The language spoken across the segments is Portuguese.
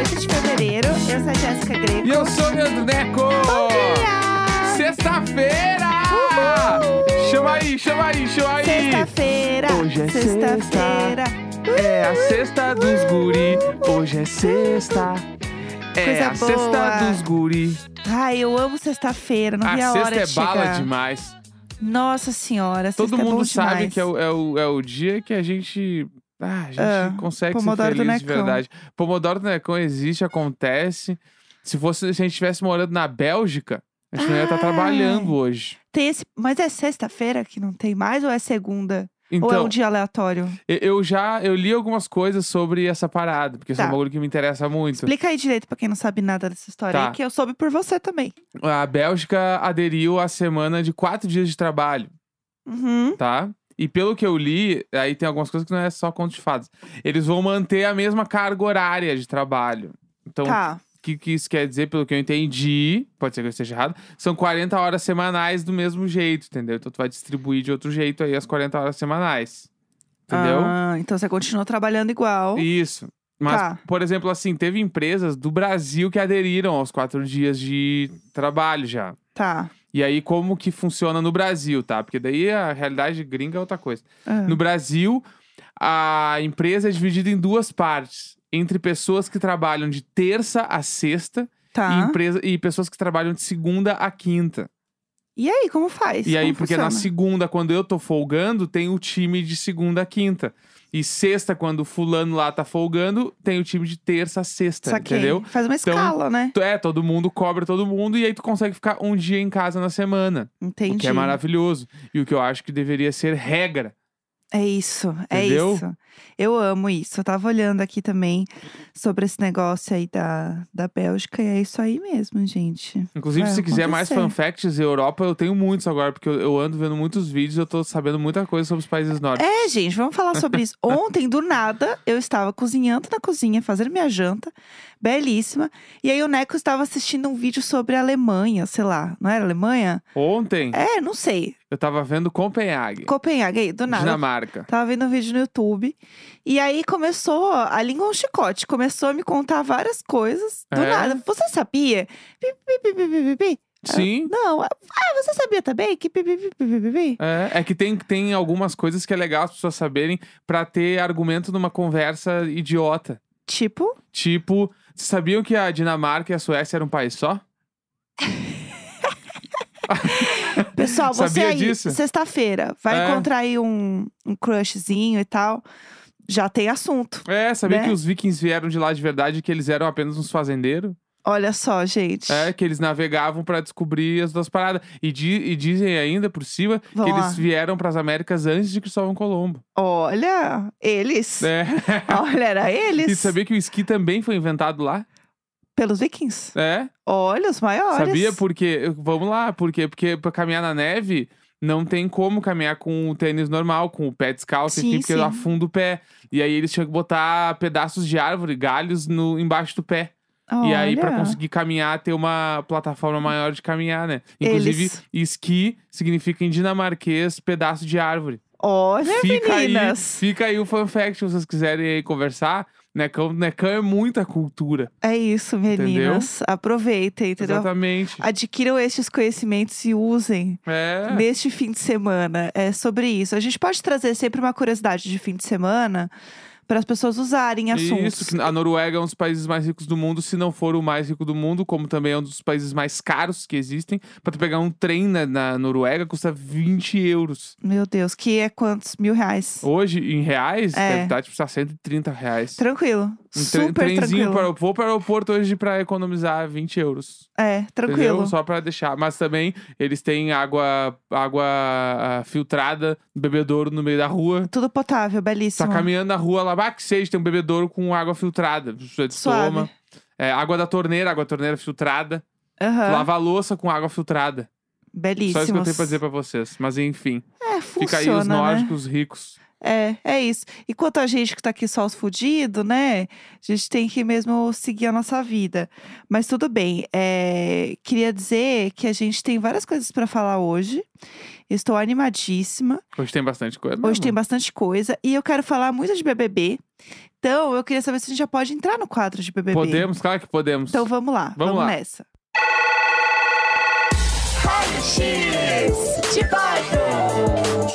18 de fevereiro. Eu sou a Jéssica Greco. E eu sou o Leandro Neco! Bom dia! Sexta-feira! Chama aí! Sexta-feira! Hoje é Sexta-feira! É a sexta dos guri. Hoje é sexta. É Coisa a sexta boa. dos guri. Ai, eu amo sexta-feira. Não vi a A hora sexta é de bala chegar. demais. Nossa senhora, Todo sexta é mundo bom sabe demais. que é o dia que a gente consegue ser Pomodoro do feliz de Necão. verdade. Pomodoro do Necão existe, acontece. Se a gente estivesse morando na Bélgica, a gente não ia estar trabalhando hoje. Tem esse... Mas é sexta-feira que não tem mais ou é segunda? Ou é Então, um dia aleatório? eu li algumas coisas sobre essa parada, porque isso é um Tá. bagulho que me interessa muito. Explica aí direito pra quem não sabe nada dessa história Tá. aí, que eu soube por você também. A Bélgica aderiu à semana de 4 dias de trabalho, Uhum. tá? E pelo que eu li, aí tem algumas coisas que não é só conto de fadas. Eles vão manter a mesma carga horária de trabalho. Então, Tá. o que isso quer dizer, pelo que eu entendi, pode ser que eu esteja errado, são 40 horas semanais do mesmo jeito, entendeu? Então tu vai distribuir de outro jeito aí as 40 horas semanais. Entendeu? Ah, então você continua trabalhando igual. Isso. Mas, Tá. por exemplo, assim, teve empresas do Brasil que aderiram aos 4 dias de trabalho já. Tá. E aí, como que funciona no Brasil, tá? Porque daí a realidade gringa é outra coisa. Ah. No Brasil, a empresa é dividida em duas partes. Entre pessoas que trabalham de terça a sexta Tá. e pessoas que trabalham de segunda a quinta. E aí, como faz? E aí, Como porque na funciona? segunda, quando eu tô folgando, tem o time de segunda a quinta. E sexta, quando o fulano lá tá folgando, tem o time de terça a sexta, Saquei. entendeu? Faz uma Então, escala, né? Todo mundo cobra todo mundo e aí tu consegue ficar um dia em casa na semana. Entendi. O que é maravilhoso. E o que eu acho que deveria ser regra. É isso, Entendeu? é isso. Eu amo isso. Eu tava olhando aqui também sobre esse negócio aí da Bélgica e é isso aí mesmo, gente. Inclusive, Vai se quiser mais acontecer. fun facts, Europa, eu tenho muitos agora, porque eu ando vendo muitos vídeos, eu tô sabendo muita coisa sobre os países nórdicos. É, gente, vamos falar sobre isso. Ontem, do nada, eu estava cozinhando na cozinha, fazendo minha janta, belíssima. E aí o Neco estava assistindo um vídeo sobre a Alemanha, sei lá, não era Alemanha? Ontem, É, não sei. eu tava vendo Copenhague, Copenhague, aí, do nada. Dinamarca. Tava vendo um vídeo no YouTube. E aí começou, a língua é um chicote. Começou a me contar várias coisas. Do É? nada. Você sabia? Pi, pi, pi, pi, pi, pi, pi. Sim. Não. Você sabia também? Que pi, pi, pi, pi, pi, pi. É que tem algumas coisas que é legal as pessoas saberem pra ter argumento numa conversa idiota. Tipo, Tipo, vocês sabiam que a Dinamarca e a Suécia eram um país só? pessoal, você Sabia aí, disso? sexta-feira, vai É. encontrar aí um crushzinho e tal. Já tem assunto. Sabia Né? que os vikings vieram de lá de verdade e que eles eram apenas uns fazendeiros? Olha só, gente. Que eles navegavam pra descobrir as duas paradas. E dizem ainda, por cima, que Vamos eles lá. vieram pras Américas antes de Cristóvão Colombo. Olha, eles. É. Olha, era eles. E sabia que o esqui também foi inventado lá? Pelos vikings. É. Olha, os maiores. Sabia por quê? Vamos lá, por quê? Porque pra caminhar na neve, não tem como caminhar com o tênis normal, com o pé descalço, Sim, enfim, porque sim. afunda o pé. E aí eles tinham que botar pedaços de árvore, galhos, embaixo do pé. E aí, pra Olha. conseguir caminhar, ter uma plataforma maior de caminhar, né? Inclusive, Eles. esqui significa em dinamarquês pedaço de árvore. Olha, Fica meninas. fica aí o fun fact, se vocês quiserem aí conversar. Necão é muita cultura. É isso, meninas. Aproveitem, entendeu? Exatamente. Adquiram estes conhecimentos e usem É. neste fim de semana. É sobre isso. A gente pode trazer sempre uma curiosidade de fim de semana para as pessoas usarem em assuntos. Isso, que a Noruega é um dos países mais ricos do mundo, se não for o mais rico do mundo, como também é um dos países mais caros que existem. Pra tu pegar um trem na Noruega, custa 20 euros. Meu Deus, que é quantos? R$ 1.000? Hoje, em reais, É. deve estar tipo R$130. Tranquilo. Super trenzinho tranquilo. vou para o aeroporto hoje pra economizar 20 euros. É, tranquilo. Entendeu? Só pra deixar. Mas também, eles têm água filtrada, bebedouro no meio da rua. Tudo potável, belíssimo. Tá caminhando na rua lá, que seja, tem um bebedouro com água filtrada. Você Suave. toma. Água da torneira, água torneira filtrada. Aham. Lava a louça com água filtrada. Belíssimos. Só isso que eu tenho pra dizer pra vocês. Mas enfim, É, fica aí os funciona, né? nórdicos ricos. É isso. Enquanto a gente que tá aqui só os fudidos, né? A gente tem que mesmo seguir a nossa vida. Mas tudo bem. Queria dizer que a gente tem várias coisas pra falar hoje. Estou animadíssima. Hoje tem bastante coisa. Hoje tem bastante coisa. E eu quero falar muito de BBB. Então, eu queria saber se a gente já pode entrar no quadro de BBB. Podemos, claro que podemos. Então, vamos lá. Vamos lá. Nessa. X de bairro.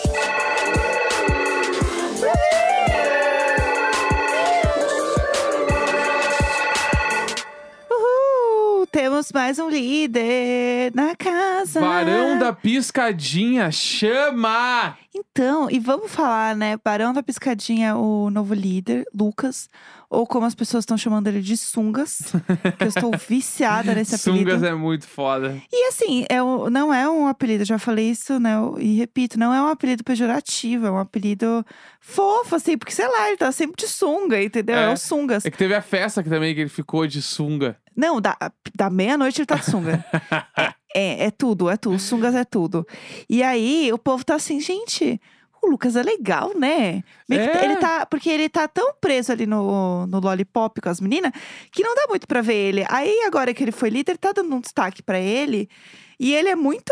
Temos mais um líder na casa. Barão da Piscadinha, chama! Então, e vamos falar, né? Barão da Piscadinha, o novo líder, Lucas. Ou como as pessoas estão chamando ele de Sungas. Que eu estou viciada nesse apelido. Sungas é muito foda. E assim, não é um apelido, eu já falei isso, né? E repito, não é um apelido pejorativo, é um apelido fofo, assim. Porque, sei lá, ele tá sempre de sunga, entendeu? É o Sungas. É que teve a festa que também que ele ficou de sunga. Não, da meia-noite ele tá de sunga. É tudo. Sungas é tudo. E aí, o povo tá assim, gente, o Lucas é legal, né? Porque ele tá tão preso ali no Lollipop com as meninas, que não dá muito pra ver ele. Aí, agora que ele foi líder, tá dando um destaque pra ele. E ele é muito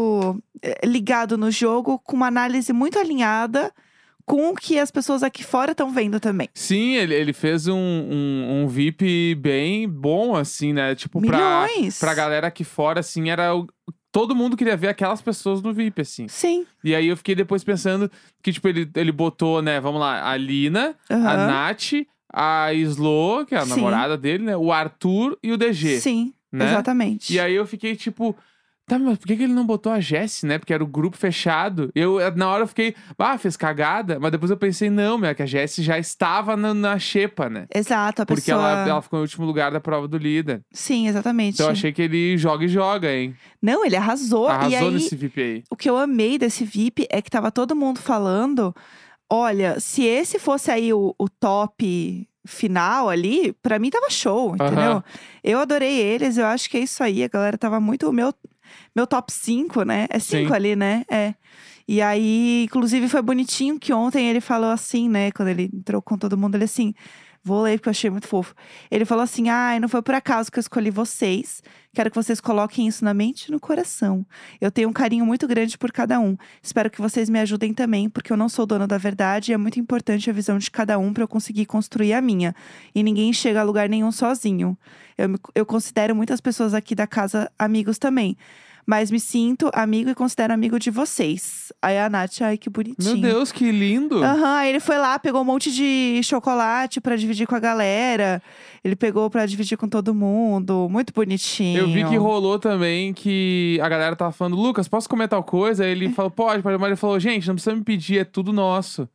ligado no jogo, com uma análise muito alinhada com o que as pessoas aqui fora estão vendo também. Sim, ele fez um VIP bem bom, assim, né? Tipo, Milhões. pra galera aqui fora, assim, todo mundo queria ver aquelas pessoas no VIP, assim. Sim. E aí eu fiquei depois pensando que, tipo, ele botou, né, vamos lá, a Lina, a Nath, a Slo, que é a namorada dele, né? O Arthur e o DG. Sim, né? Exatamente. E aí eu fiquei, tipo... Tá, mas por que ele não botou a Jessie, né? Porque era o grupo fechado. Na hora eu fiquei, fez cagada. Mas depois eu pensei, não, que a Jessie já estava na xepa, né? Exato, a Porque pessoa... ela ficou em último lugar da prova do líder. Sim, exatamente. Então eu achei que ele joga, hein? Não, ele arrasou. E aí, nesse VIP aí. o que eu amei desse VIP é que tava todo mundo falando... Olha, se esse fosse aí o top... final ali, pra mim tava show, entendeu? Eu adorei eles, eu acho que é isso aí. A galera tava muito... Meu top 5, né? É 5 ali, né? É. E aí, inclusive, foi bonitinho que ontem ele falou assim, né? Quando ele entrou com todo mundo, ele assim... Vou ler porque eu achei muito fofo. Ele falou assim, não foi por acaso que eu escolhi vocês. Quero que vocês coloquem isso na mente e no coração. Eu tenho um carinho muito grande por cada um. Espero que vocês me ajudem também, porque eu não sou dona da verdade e é muito importante a visão de cada um pra eu conseguir construir a minha. E ninguém chega a lugar nenhum sozinho. Eu considero muitas pessoas aqui da casa amigos também. Mas me sinto amigo e considero amigo de vocês. Aí a Nath, ai, que bonitinho. Meu Deus, que lindo! Aí ele foi lá, pegou um monte de chocolate pra dividir com a galera. Ele pegou pra dividir com todo mundo. Muito bonitinho. Eu vi que rolou também que a galera tava falando, Lucas, posso comer tal coisa? Aí ele falou, pode. Mas ele falou, gente, não precisa me pedir, é tudo nosso.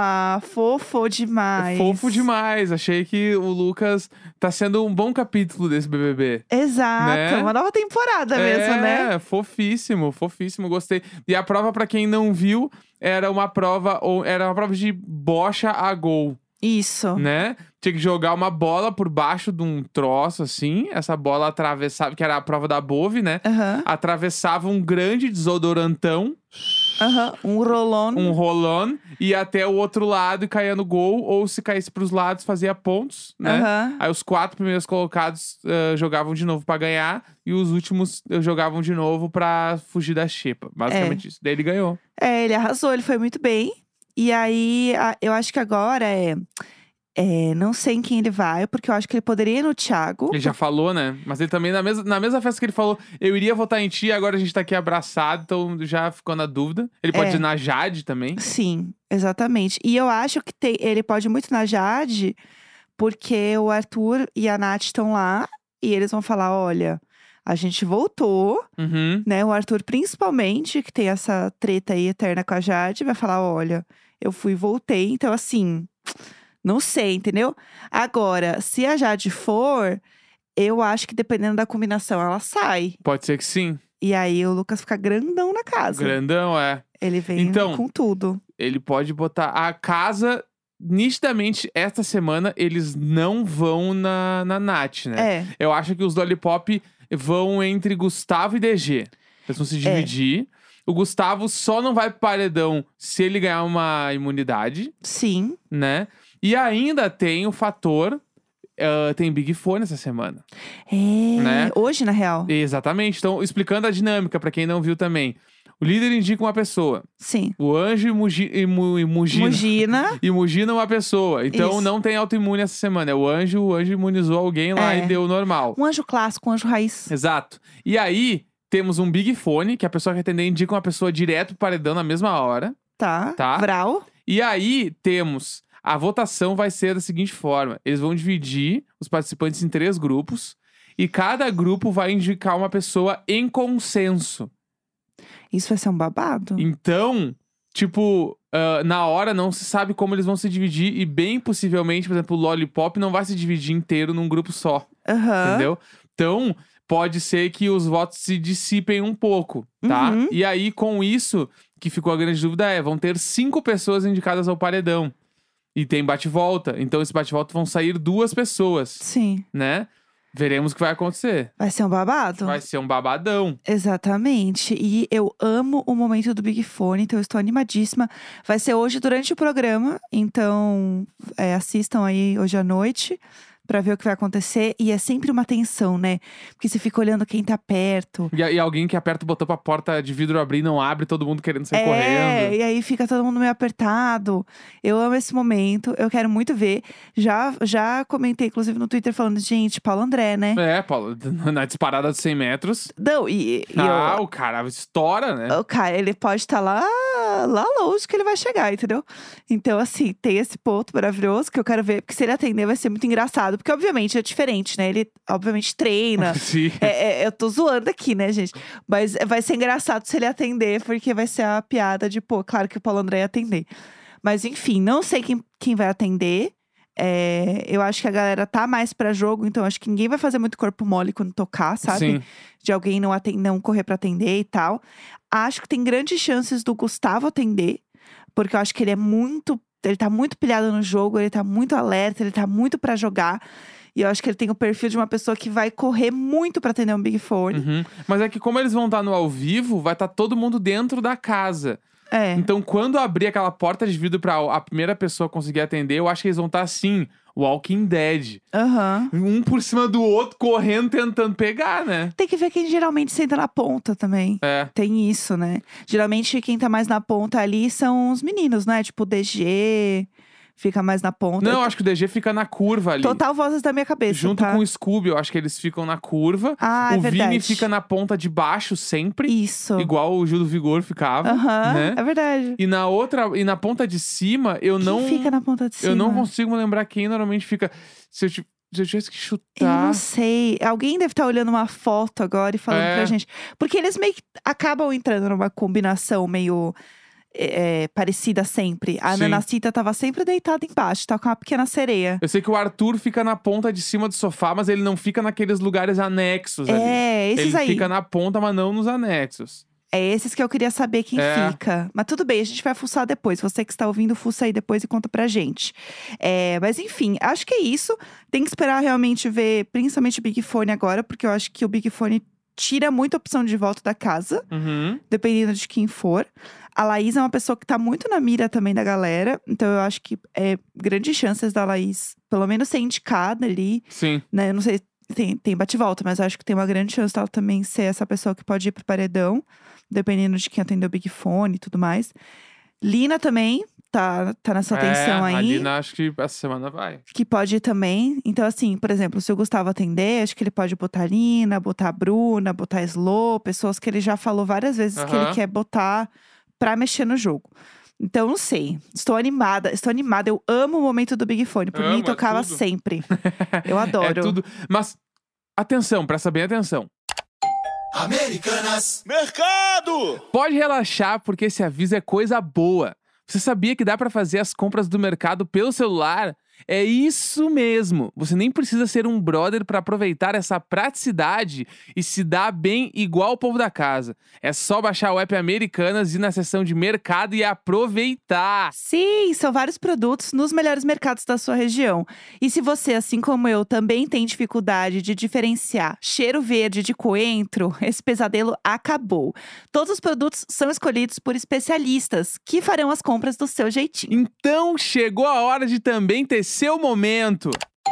Fofo demais. Fofo demais. Achei que o Lucas tá sendo um bom capítulo desse BBB. Exato. Né? Uma nova temporada mesmo, né? Fofíssimo, gostei. E a prova, pra quem não viu, era uma prova de bocha a gol. Isso. Né? Tinha que jogar uma bola por baixo de um troço, assim. Essa bola atravessava, que era a prova da Bove, né? Atravessava um grande desodorantão. Um rolon. Ia até o outro lado e caía no gol. Ou se caísse pros lados, fazia pontos, né? Aí os 4 primeiros colocados jogavam de novo pra ganhar. E os últimos jogavam de novo pra fugir da xepa. Basicamente isso. Daí ele ganhou. Ele arrasou, ele foi muito bem. E aí, eu acho que agora não sei em quem ele vai, porque eu acho que ele poderia ir no Thiago. Ele já falou, né? Mas ele também, na mesma festa que ele falou, eu iria votar em ti, agora a gente tá aqui abraçado, então já ficou na dúvida. Ele pode ir na Jade também. Sim, exatamente. E eu acho que ele pode ir muito na Jade, porque o Arthur e a Nath estão lá, e eles vão falar, olha... A gente voltou, né? O Arthur, principalmente, que tem essa treta aí eterna com a Jade, vai falar: olha, eu fui e voltei. Então, assim, não sei, entendeu? Agora, se a Jade for, eu acho que dependendo da combinação, ela sai. Pode ser que sim. E aí o Lucas fica grandão na casa. Grandão, é. Ele vem com tudo. Ele pode botar a casa. Nitidamente, esta semana, eles não vão na Nath, né? Eu acho que os Lollipop vão entre Gustavo e DG. Eles vão se dividir. O Gustavo só não vai pro paredão se ele ganhar uma imunidade. Sim. Né? E ainda tem o fator... tem Big Fone essa semana. Né? Hoje, na real. Exatamente. Então, explicando a dinâmica, pra quem não viu também. O líder indica uma pessoa. Sim. O anjo imugina uma pessoa. Então, Isso. não tem autoimune essa semana. É o anjo imunizou alguém lá e deu normal. Um anjo clássico, um anjo raiz. Exato. E aí, temos um Big Fone, que a pessoa que atender indica uma pessoa direto pro paredão na mesma hora. Tá. Vral. E aí, temos... A votação vai ser da seguinte forma. Eles vão dividir os participantes em 3 grupos. E cada grupo vai indicar uma pessoa em consenso. Isso vai ser um babado. Então, tipo, na hora não se sabe como eles vão se dividir. E bem possivelmente, por exemplo, o Lollipop não vai se dividir inteiro num grupo só. Entendeu? Então, pode ser que os votos se dissipem um pouco, tá? E aí, com isso, que ficou a grande dúvida vão ter 5 pessoas indicadas ao paredão. E tem bate-volta. Então, esse bate-volta vão sair 2 pessoas. Sim. Né? Veremos o que vai acontecer. Vai ser um babado? Vai ser um babadão. Exatamente. E eu amo o momento do Big Fone, então eu estou animadíssima. Vai ser hoje durante o programa, então assistam aí hoje à noite pra ver o que vai acontecer. E é sempre uma tensão, né? Porque você fica olhando quem tá perto. E alguém que aperta o botão pra porta de vidro abrir não abre, todo mundo querendo sair correndo. E aí fica todo mundo meio apertado. Eu amo esse momento, eu quero muito ver. Já comentei, inclusive, no Twitter, falando, gente, Paulo André, né? Paulo, na disparada de 100 metros. Não, o cara estoura, né? O cara, ele pode estar lá longe que ele vai chegar, entendeu? Então, assim, tem esse ponto maravilhoso que eu quero ver. Porque se ele atender, vai ser muito engraçado. Porque, obviamente, é diferente, né? Ele, obviamente, treina. Sim. Eu tô zoando aqui, né, gente? Mas vai ser engraçado se ele atender, porque vai ser a piada de, claro que o Paulo André ia atender. Mas, enfim, não sei quem vai atender. Eu acho que a galera tá mais pra jogo, então acho que ninguém vai fazer muito corpo mole quando tocar, sabe? Sim. De alguém não correr pra atender e tal. Acho que tem grandes chances do Gustavo atender, porque eu acho que ele tá muito pilhado no jogo, ele tá muito alerta, ele tá muito pra jogar. E eu acho que ele tem o perfil de uma pessoa que vai correr muito pra atender um Big Fone. Mas é que como eles vão estar no ao vivo, vai estar todo mundo dentro da casa. Então, quando abrir aquela porta de vidro pra a primeira pessoa conseguir atender, eu acho que eles vão estar assim, Walking Dead. Um por cima do outro, correndo, tentando pegar, né? Tem que ver quem geralmente senta na ponta também. Tem isso, né? Geralmente, quem tá mais na ponta ali são os meninos, né? Tipo, o DG... Fica mais na ponta. Não, acho que o DG fica na curva ali. Total vozes da minha cabeça, junto com o Scooby, eu acho que eles ficam na curva. É o verdade. Vini fica na ponta de baixo sempre. Isso. Igual o Gil do Vigor ficava, né? É verdade. E na ponta de cima, eu Quem não... fica na ponta de cima? Eu não consigo lembrar quem normalmente fica... Se eu tivesse que chutar... Eu não sei. Alguém deve estar olhando uma foto agora e falando pra gente. Porque eles meio que acabam entrando numa combinação meio... parecida sempre. A Nanacita tava sempre deitada embaixo, tá com uma pequena sereia. Eu sei que o Arthur fica na ponta de cima do sofá, mas ele não fica naqueles lugares anexos ali. Esses ele aí. Fica na ponta, mas não nos anexos. É esses que eu queria saber quem fica. Mas tudo bem, a gente vai fuçar depois. Você que está ouvindo, fuça aí depois e conta pra gente. Mas enfim, acho que é isso. Tem que esperar realmente ver, principalmente o Big Fone agora, porque eu acho que o Big Fone tira muita opção de volta da casa, dependendo de quem for. A Laís é uma pessoa que tá muito na mira também da galera. Então eu acho que grandes chances da Laís, pelo menos, ser indicada ali. Sim. Né? Eu não sei, tem bate-volta, mas eu acho que tem uma grande chance dela também ser essa pessoa que pode ir pro paredão. Dependendo de quem atendeu o Big Fone e tudo mais. Lina também tá nessa tensão aí. A Lina acho que essa semana vai. Que pode ir também. Então, assim, por exemplo, se o Gustavo atender, acho que ele pode botar a Lina, botar a Bruna, botar a Slow. Pessoas que ele já falou várias vezes que ele quer botar pra mexer no jogo. Então, não sei. Estou animada. Eu amo o momento do Big Fone. Por mim, tocava sempre. Eu adoro. É tudo. Mas, atenção, presta bem atenção. Americanas Mercado! Pode relaxar, porque esse aviso é coisa boa. Você sabia que dá pra fazer as compras do mercado pelo celular? É isso mesmo. Você nem precisa ser um brother para aproveitar essa praticidade e se dar bem igual o povo da casa. É só baixar o app Americanas, ir na seção de mercado e aproveitar. Sim, são vários produtos nos melhores mercados da sua região. E se você, assim como eu, também tem dificuldade de diferenciar cheiro verde de coentro, esse pesadelo acabou. Todos os produtos são escolhidos por especialistas que farão as compras do seu jeitinho. Então chegou a hora de também ter seu momento.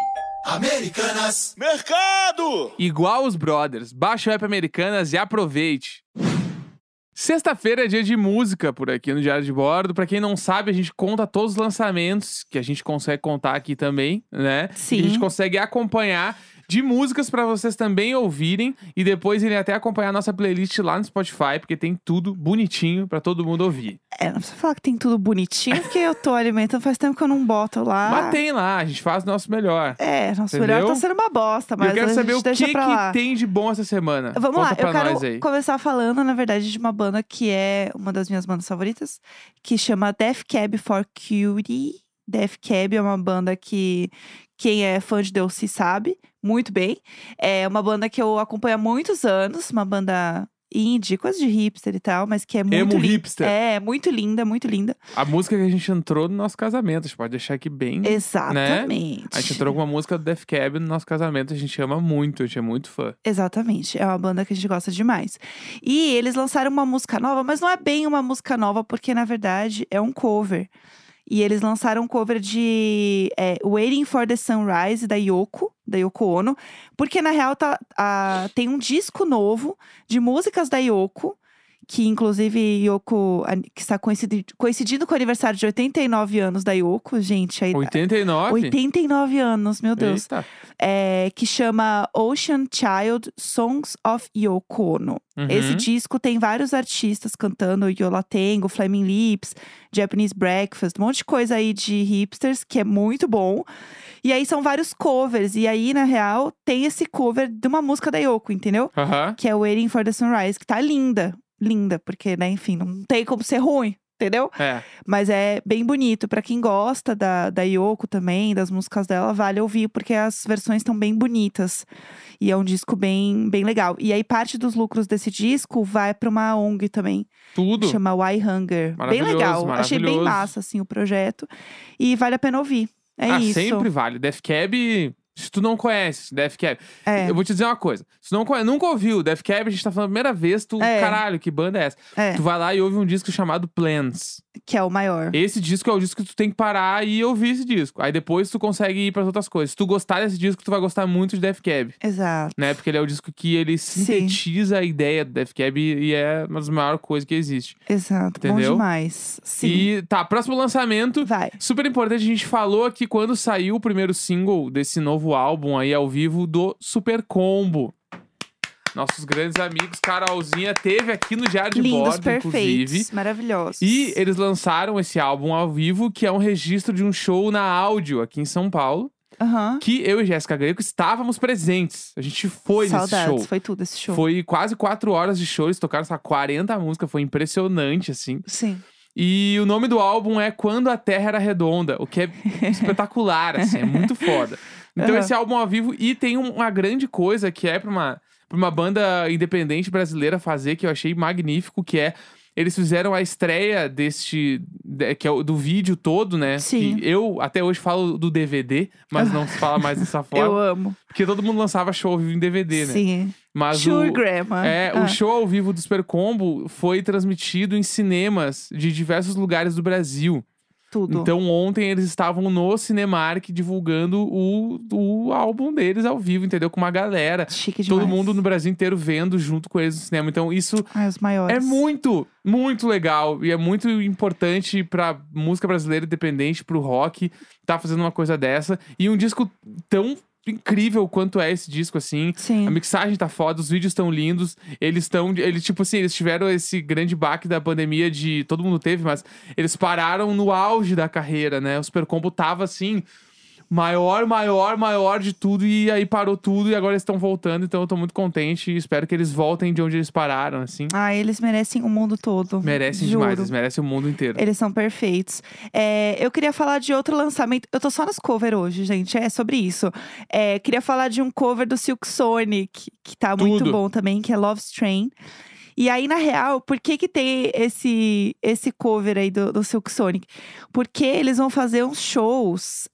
Americanas Mercado! Igual os brothers, baixa o app Americanas e aproveite. Sexta-feira é dia de música por aqui no Diário de Bordo. Pra quem não sabe, a gente conta todos os lançamentos que a gente consegue contar aqui também, né? Sim. E a gente consegue acompanhar de músicas pra vocês também ouvirem e depois irem até acompanhar a nossa playlist lá no Spotify, porque tem tudo bonitinho pra todo mundo ouvir. Não precisa falar que tem tudo bonitinho, porque eu tô alimentando faz tempo que eu não boto lá. Mas tem lá, a gente faz o nosso melhor. Nosso Entendeu? melhor tá sendo uma bosta, mas eu quero a saber gente o deixa que pra lá. tem de bom essa semana. Vamos Conta lá, pra eu quero nós aí. começar falando, na verdade, de uma banda que é uma das minhas bandas favoritas, que chama Death Cab for Cutie. Death Cab é uma banda que quem é fã de Deus se sabe muito bem. É uma banda que eu acompanho há muitos anos, uma banda indie, coisa de hipster e tal, mas que é muito Emo linda. hipster. É, muito linda, muito linda. A música que a gente entrou no nosso casamento, a gente pode deixar aqui bem. Exatamente. Né? A gente entrou com uma música do Death Cab no nosso casamento, a gente ama muito, a gente é muito fã. Exatamente, é uma banda que a gente gosta demais. E eles lançaram uma música nova, mas não é bem uma música nova, porque na verdade é um cover. E eles lançaram um cover de Waiting for the Sunrise, da Yoko Ono. Porque, na real, tem um disco novo de músicas da Yoko. Que, inclusive, Yoko, que está coincidindo com o aniversário de 89 anos da Yoko, gente. 89? 89 anos, meu Deus. Eita. Que chama Ocean Child Songs of Yoko Ono. Uhum. Esse disco tem vários artistas cantando, Yola Tengo, Flaming Lips, Japanese Breakfast, um monte de coisa aí de hipsters, que é muito bom. E aí são vários covers, e aí, na real, tem esse cover de uma música da Yoko, entendeu? Aham. Que é Waiting for the Sunrise, que tá linda. Linda, porque, né, enfim, não tem como ser ruim, entendeu? É. Mas é bem bonito. Pra quem gosta da Yoko também, das músicas dela, vale ouvir, porque as versões estão bem bonitas. E é um disco bem, bem legal. E aí, parte dos lucros desse disco vai pra uma ONG também. Tudo. Chama Why Hunger. Bem legal. Achei bem massa, assim, o projeto. E vale a pena ouvir. É isso. Sempre vale. Death Cab, se tu não conhece Death Cab, eu vou te dizer uma coisa. Se tu não conhece, nunca ouviu Death Cab, a gente tá falando a primeira vez, caralho, que banda é essa? Tu vai lá e ouve um disco chamado Plans. Que é o maior. Esse disco é o disco que tu tem que parar e ouvir esse disco. Aí depois tu consegue ir pras outras coisas. Se tu gostar desse disco, tu vai gostar muito de Death Cab. Exato. Né? Porque ele é o disco que ele sintetiza a ideia do Death Cab e é uma das maiores coisas que existe. Exato. Entendeu? Bom demais. Sim. E tá, próximo lançamento. Vai. Super importante, a gente falou aqui quando saiu o primeiro single desse novo álbum aí ao vivo do Super Combo. Nossos grandes amigos, Carolzinha, teve aqui no Diário de Lindos, Bordo, perfeitos, inclusive. maravilhosos. E eles lançaram esse álbum ao vivo, que é um registro de um show na Áudio aqui em São Paulo. Que eu e Jéssica Greco estávamos presentes. A gente foi nesse show. Foi tudo esse show. Foi quase 4 horas de show, eles tocaram 40 músicas, foi impressionante, assim. Sim. E o nome do álbum é Quando a Terra Era Redonda, o que é espetacular, assim, é muito foda. Então esse álbum ao vivo, e tem uma grande coisa que é pra uma banda independente brasileira fazer, que eu achei magnífico, que é... Eles fizeram a estreia que é do vídeo todo, né? Sim. Que eu até hoje falo do DVD, mas não se fala mais dessa forma. Eu amo. Porque todo mundo lançava show ao vivo em DVD, né? Sim. Mas Sure Grandma. o show ao vivo do Super Combo foi transmitido em cinemas de diversos lugares do Brasil. Tudo. Então ontem eles estavam no Cinemark divulgando o álbum deles ao vivo, entendeu? Com uma galera. Chique demais. Todo mundo no Brasil inteiro vendo junto com eles no cinema. Então isso os maiores. é muito, muito legal. E é muito importante pra música brasileira independente, pro rock, tá fazendo uma coisa dessa. E um disco tão incrível quanto é esse disco, assim. Sim. A mixagem tá foda, os vídeos estão lindos. Eles tiveram esse grande baque da pandemia todo mundo teve, mas eles pararam no auge da carreira, né? O Super Combo tava, assim, maior de tudo. E aí parou tudo e agora eles estão voltando. Então eu tô muito contente e espero que eles voltem de onde eles pararam, assim. Ah, eles merecem o mundo todo. Merecem juro. demais, eles merecem o mundo inteiro. Eles são perfeitos. Eu queria falar de outro lançamento. Eu tô só nos cover hoje, gente. É sobre isso. Queria falar de um cover do Silk Sonic, que tá muito bom também, que é Love Train. E aí, na real, por que tem esse cover aí do Silk Sonic? Porque eles vão fazer uns shows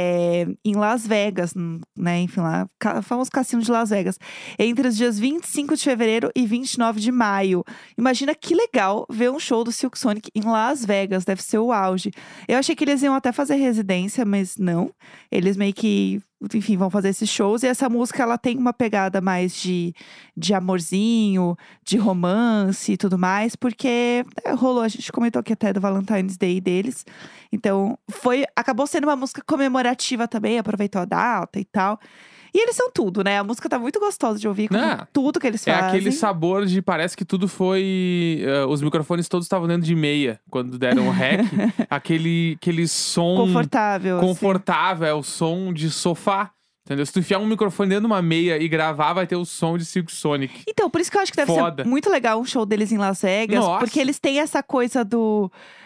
em Las Vegas, né? Enfim, lá, famoso cassino de Las Vegas. Entre os dias 25 de fevereiro e 29 de maio. Imagina que legal ver um show do Silk Sonic em Las Vegas. Deve ser o auge. Eu achei que eles iam até fazer residência, mas não. Eles meio que... Enfim, vão fazer esses shows. E essa música, ela tem uma pegada mais de amorzinho, de romance e tudo mais. Porque rolou, a gente comentou aqui até do Valentine's Day deles. Então, acabou sendo uma música comemorativa também. Aproveitou a data e tal. E eles são tudo, né? A música tá muito gostosa de ouvir, com tudo que eles fazem. É aquele sabor de, parece que tudo foi... os microfones todos estavam dentro de meia, quando deram o rec. aquele som... Confortável. Confortável, é o som de sofá. Entendeu? Se tu enfiar um microfone dentro de uma meia e gravar, vai ter o som de Silk Sonic. Então, por isso que eu acho que deve ser muito legal um show deles em Las Vegas. Nossa. Porque eles têm essa coisa do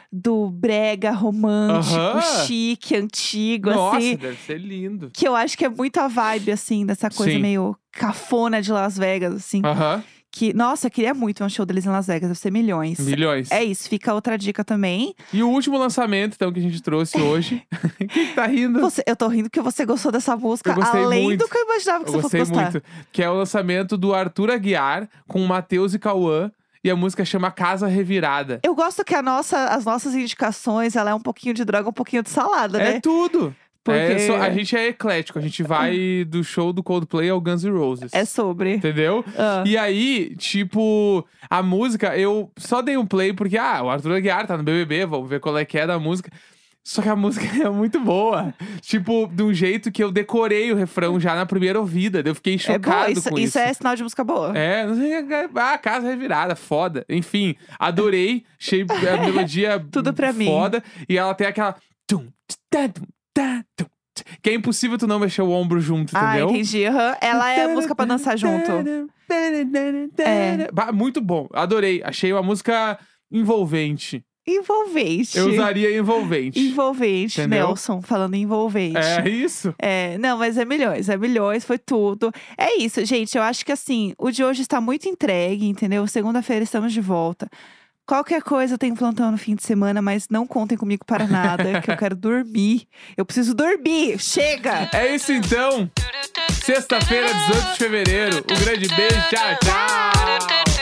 brega romântico, chique, antigo, Nossa, assim. Nossa, deve ser lindo. Que eu acho que é muito a vibe, assim, dessa coisa meio cafona de Las Vegas, assim. Que, nossa, eu queria muito ver um show deles em Las Vegas, deve ser milhões. Milhões. É isso, fica outra dica também. E o último lançamento, então, que a gente trouxe hoje. Quem tá rindo? Eu tô rindo porque você gostou dessa música, eu gostei além muito. do que eu imaginava que você fosse gostar. Muito. Que é o lançamento do Arthur Aguiar com Matheus e Cauã. E a música chama Casa Revirada. Eu gosto que as nossas indicações, ela é um pouquinho de droga, um pouquinho de salada, né? É tudo. Porque... a gente é eclético. A gente vai do show do Coldplay ao Guns N' Roses. É sobre. Entendeu? E aí, tipo, a música, eu só dei um play porque, o Arthur Aguiar tá no BBB, vamos ver qual é que é da música. Só que a música é muito boa. Tipo, de um jeito que eu decorei o refrão já na primeira ouvida. Eu fiquei chocado com isso. Isso é sinal de música boa. Não sei, Casa Revirada, foda. Enfim, adorei. Achei a melodia tudo pra foda. E ela tem aquela... Que é impossível tu não mexer o ombro junto, entendeu? Entendi. Ela é música pra dançar junto. Muito bom, adorei. Achei uma música envolvente. Envolvente. Eu usaria envolvente. Envolvente, entendeu? Nelson, falando envolvente. É isso? Não, mas é milhões, foi tudo. É isso, gente, eu acho que assim, o de hoje está muito entregue, entendeu? Segunda-feira estamos de volta. Qualquer coisa tem plantão no fim de semana, mas não contem comigo para nada, que eu quero dormir. Eu preciso dormir, chega! É isso então. Sexta-feira, 18 de fevereiro. Um grande beijo, tchau, tchau!